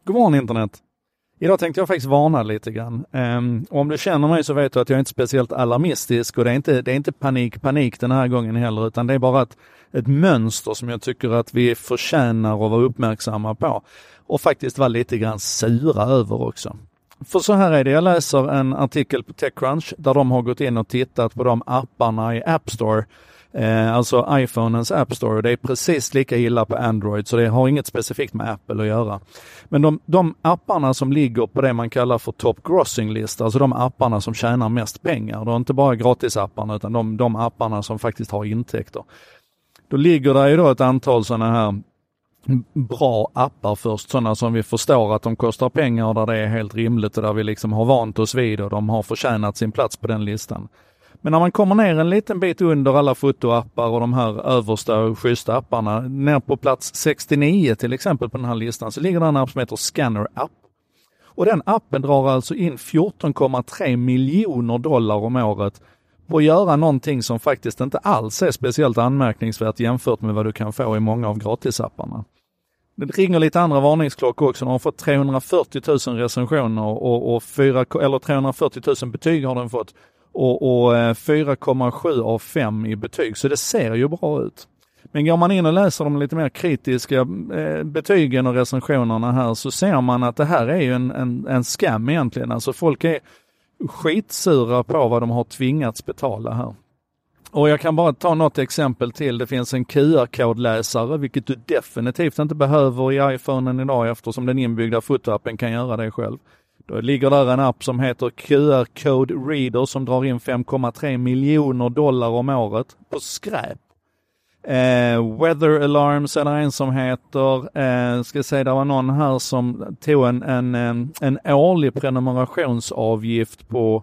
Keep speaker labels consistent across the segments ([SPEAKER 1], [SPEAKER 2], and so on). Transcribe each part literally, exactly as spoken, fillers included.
[SPEAKER 1] God morgon internet. Idag tänkte jag faktiskt varna lite grann. Um, och om du känner mig så vet du att jag är inte speciellt alarmistisk och det är inte, det är inte panik, panik den här gången heller, utan det är bara ett, ett mönster som jag tycker att vi förtjänar att vara uppmärksamma på och faktiskt vara lite grann sura över också. För så här är det, jag läser en artikel på TechCrunch där de har gått in och tittat på de apparna i App Store. Eh, alltså iPhonens App Store, det är precis lika illa på Android så det har inget specifikt med Apple att göra. Men de, de apparna som ligger på det man kallar för top grossing list, alltså de apparna som tjänar mest pengar, det är inte bara gratisapparna utan de, de apparna som faktiskt har intäkter. Då ligger det ju då ett antal sådana här bra appar först, sådana som vi förstår att de kostar pengar och där det är helt rimligt och där vi liksom har vant oss vid och de har förtjänat sin plats på den listan. Men när man kommer ner en liten bit under alla fotoappar och de här översta och schyssta apparna, ner på plats sextionio till exempel på den här listan, så ligger det en app som heter Scanner App. Och den appen drar alltså in fjorton komma tre miljoner dollar om året på att göra någonting som faktiskt inte alls är speciellt anmärkningsvärt jämfört med vad du kan få i många av gratisapparna. Det ringer lite andra varningsklockor också. De har fått trehundrafyrtio tusen recensioner och, och fyra, eller trehundrafyrtio tusen betyg har den fått. Och, och fyra komma sju av fem i betyg. Så det ser ju bra ut. Men går man in och läser de lite mer kritiska eh, betygen och recensionerna här så ser man att det här är ju en, en, en scam egentligen. Alltså folk är skitsura på vad de har tvingats betala här. Och jag kan bara ta något exempel till. Det finns en Q R-kodläsare, vilket du definitivt inte behöver i iPhonen idag eftersom den inbyggda fotoappen kan göra det själv. Då ligger där en app som heter Q R Code Reader som drar in fem komma tre miljoner dollar om året på skräp. Eh, Weather Alarms är det en som heter, eh, ska säga det var någon här som tog en, en, en, en årlig prenumerationsavgift på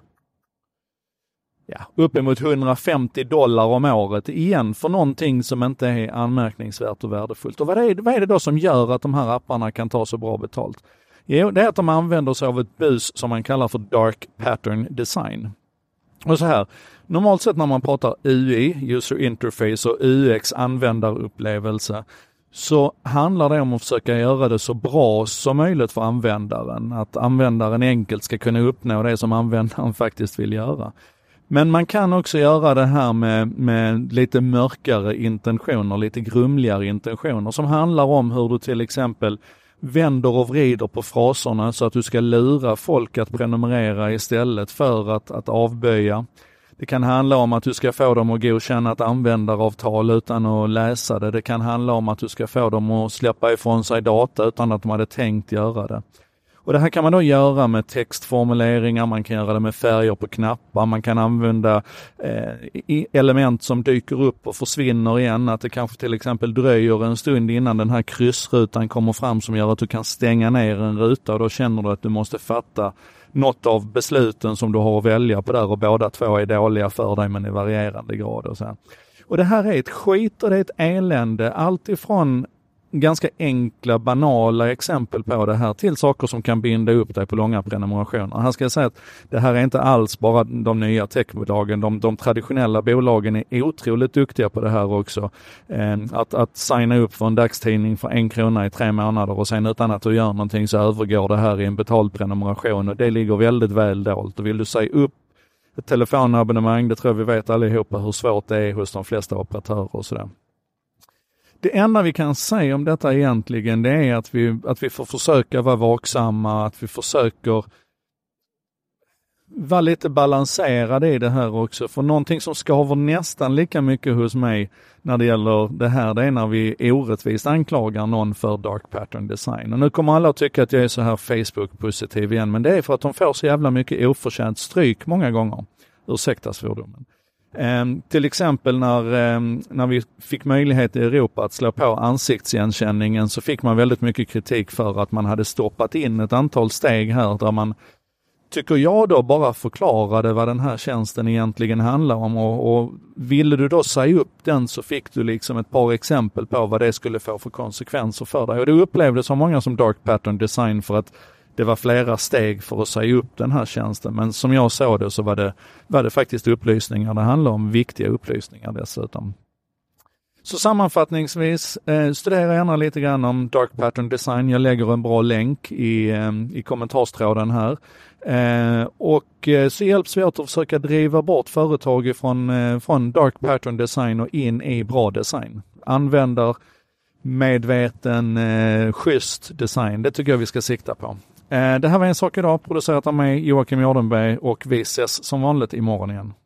[SPEAKER 1] ja, uppemot hundrafemtio dollar om året igen för någonting som inte är anmärkningsvärt och värdefullt. Och vad är, vad är det då som gör att de här apparna kan ta så bra betalt? Jo, det är att de använder sig av ett bus som man kallar för Dark Pattern Design. Och så här, normalt sett när man pratar U I, User Interface och U X, användarupplevelse, så handlar det om att försöka göra det så bra som möjligt för användaren. Att användaren enkelt ska kunna uppnå det som användaren faktiskt vill göra. Men man kan också göra det här med, med lite mörkare intentioner, lite grumligare intentioner som handlar om hur du till exempel vänder och vrider på fraserna så att du ska lura folk att prenumerera istället för att, att avböja. Det kan handla om att du ska få dem att godkänna ett användaravtal utan att läsa det. Det kan handla om att du ska få dem att släppa ifrån sig data utan att de hade tänkt göra det. Och det här kan man då göra med textformuleringar, man kan göra det med färger på knappar, man kan använda eh, element som dyker upp och försvinner igen. Att det kanske till exempel dröjer en stund innan den här kryssrutan kommer fram som gör att du kan stänga ner en ruta och då känner du att du måste fatta något av besluten som du har att välja på där och båda två är dåliga för dig men i varierande grad. Och, så här. Och det här är ett skit och det är ett elände, allt ifrån ganska enkla, banala exempel på det här till saker som kan binda upp dig på långa prenumerationer. Här ska jag säga att det här är inte alls bara de nya techbolagen. De, de traditionella bolagen är otroligt duktiga på det här också. Eh, att, att signa upp för en dagstidning för en krona i tre månader och sen utan att du gör någonting så övergår det här i en betald prenumeration och det ligger väldigt väl dolt. Och vill du säga upp ett telefonabonnemang, det tror vi vet allihopa hur svårt det är hos de flesta operatörer och sådär. Det enda vi kan säga om detta egentligen det är att vi, att vi får försöka vara vaksamma, att vi försöker vara lite balanserade i det här också. För någonting som skaver nästan lika mycket hos mig när det gäller det här, det är när vi orättvist anklagar någon för dark pattern design. Och nu kommer alla att tycka att jag är så här Facebook-positiv igen, men det är för att de får så jävla mycket oförtjänt stryk många gånger. Ursäkta svordomen. Eh, till exempel när, eh, när vi fick möjlighet i Europa att slå på ansiktsigenkänningen så fick man väldigt mycket kritik för att man hade stoppat in ett antal steg här där man, tycker jag då, bara förklarade vad den här tjänsten egentligen handlar om och, och ville du då säga upp den så fick du liksom ett par exempel på vad det skulle få för konsekvenser för dig. Och det upplevdes som många som dark pattern design för att det var flera steg för att säga upp den här tjänsten. Men som jag såg det så var det, var det faktiskt upplysningar. Det handlar om viktiga upplysningar dessutom. Så sammanfattningsvis, eh, studera gärna lite grann om Dark Pattern Design. Jag lägger en bra länk i, eh, i kommentarstråden här. Eh, och eh, så hjälps vi åt att försöka driva bort företag ifrån, eh, från Dark Pattern Design och in i bra design. Använder medveten, eh, schysst design. Det tycker jag vi ska sikta på. Eh, det här var En sak idag, producerat av mig, Joakim Jordenberg, och vi ses som vanligt imorgon igen.